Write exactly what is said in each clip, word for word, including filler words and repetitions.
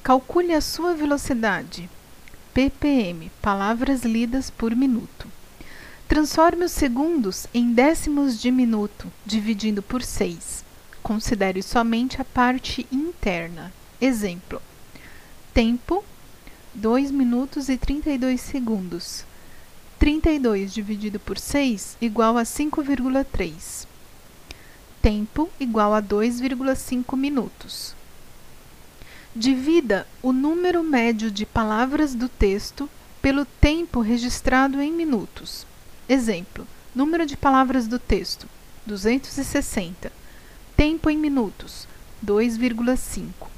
Calcule a sua velocidade. P P M, palavras lidas por minuto. Transforme os segundos em décimos de minuto, dividindo por seis. Considere somente a parte interna. Exemplo: tempo, dois minutos e trinta e dois segundos. trinta e dois dividido por seis igual a cinco vírgula três. Tempo igual a dois vírgula cinco minutos. Divida o número médio de palavras do texto pelo tempo registrado em minutos. Exemplo: número de palavras do texto, duzentos e sessenta. Tempo em minutos, dois vírgula cinco.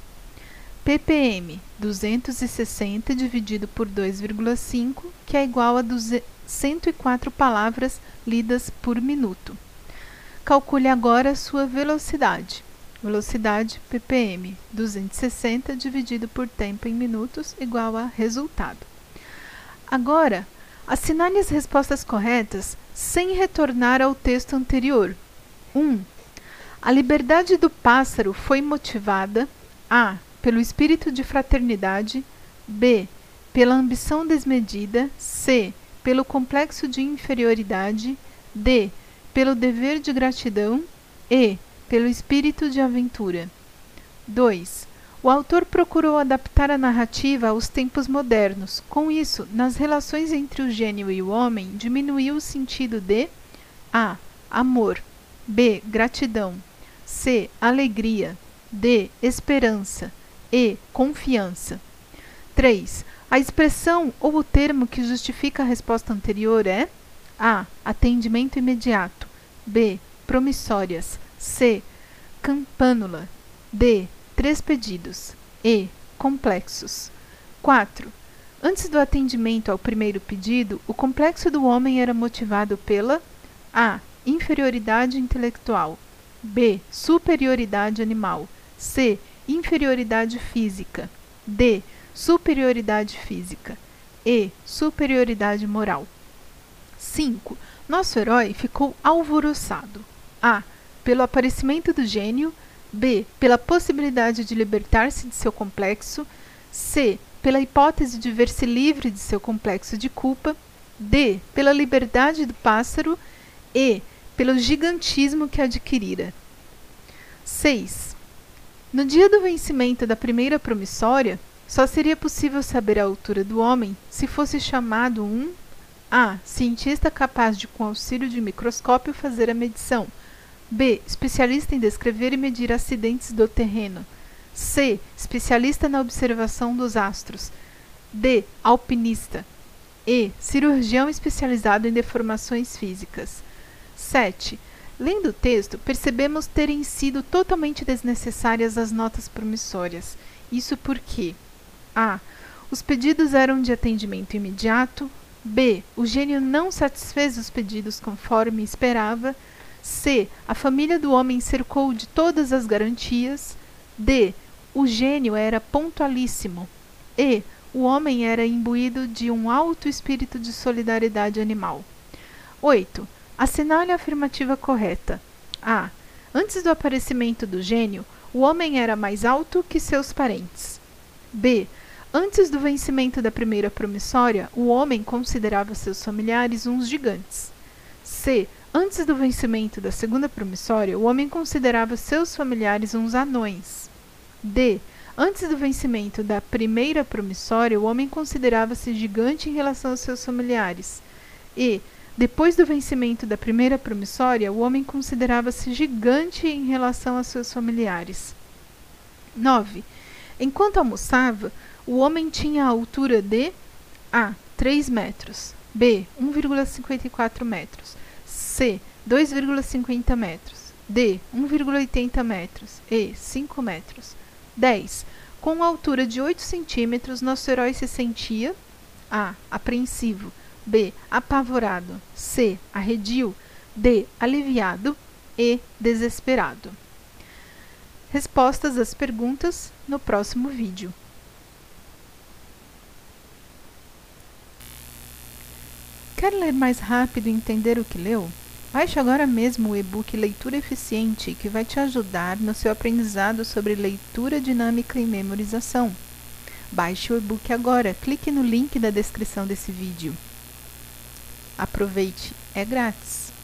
P P M, duzentos e sessenta dividido por dois vírgula cinco, que é igual a cento e quatro palavras lidas por minuto. Calcule agora a sua velocidade. Velocidade P P M, duzentos e sessenta dividido por tempo em minutos igual a resultado. Agora, assinale as respostas corretas sem retornar ao texto anterior. um. A liberdade do pássaro foi motivada: A. Pelo espírito de fraternidade. B. Pela ambição desmedida. C. Pelo complexo de inferioridade. D. Pelo dever de gratidão. E. Pelo espírito de aventura. dois. O autor procurou adaptar a narrativa aos tempos modernos. Com isso, nas relações entre o gênio e o homem, diminuiu o sentido de A. Amor. B. Gratidão. C. Alegria. D. Esperança. E. Confiança. três. A expressão ou o termo que justifica a resposta anterior é A. Atendimento imediato. B. Promissórias. C. Campânula. D. Três pedidos. E. Complexos. quatro. Antes do atendimento ao primeiro pedido, o complexo do homem era motivado pela A. Inferioridade intelectual. B. Superioridade animal. C. Inferioridade física. D. Superioridade física. E. Superioridade moral. cinco. Nosso herói ficou alvoroçado. A. Pelo aparecimento do gênio. B. Pela possibilidade de libertar-se de seu complexo. C. Pela hipótese de ver-se livre de seu complexo de culpa. D. Pela liberdade do pássaro. E. Pelo gigantismo que adquirira. seis. No dia do vencimento da primeira promissória, só seria possível saber a altura do homem se fosse chamado um A. Cientista capaz de, com auxílio de microscópio, fazer a medição. B. Especialista em descrever e medir acidentes do terreno. C. Especialista na observação dos astros. D. Alpinista. E. Cirurgião especializado em deformações físicas. sete. Lendo o texto, percebemos terem sido totalmente desnecessárias as notas promissórias. Isso porque A. Os pedidos eram de atendimento imediato. B. O gênio não satisfez os pedidos conforme esperava. C. A família do homem cercou de todas as garantias. D. O gênio era pontualíssimo. E. O homem era imbuído de um alto espírito de solidariedade animal. oito. Assinale a afirmativa correta. A. Antes do aparecimento do gênio, o homem era mais alto que seus parentes. B. Antes do vencimento da primeira promissória, o homem considerava seus familiares uns gigantes. C. Antes do vencimento da segunda promissória, o homem considerava seus familiares uns anões. D. Antes do vencimento da primeira promissória, o homem considerava-se gigante em relação aos seus familiares. E. Depois do vencimento da primeira promissória, o homem considerava-se gigante em relação a seus familiares. nove. Enquanto almoçava, o homem tinha a altura de A. três metros. B. um vírgula cinquenta e quatro metros. C. dois vírgula cinquenta metros. D. um vírgula oitenta metros. E. cinco metros. dez. Com a altura de oito centímetros, nosso herói se sentia A. Apreensivo. B. Apavorado. C. Arredio. D. Aliviado. E. Desesperado. Respostas às perguntas no próximo vídeo. Quer ler mais rápido e entender o que leu? Baixe agora mesmo o e-book Leitura Eficiente, que vai te ajudar no seu aprendizado sobre leitura dinâmica e memorização. Baixe o e-book agora, clique no link da descrição desse vídeo. Aproveite, é grátis!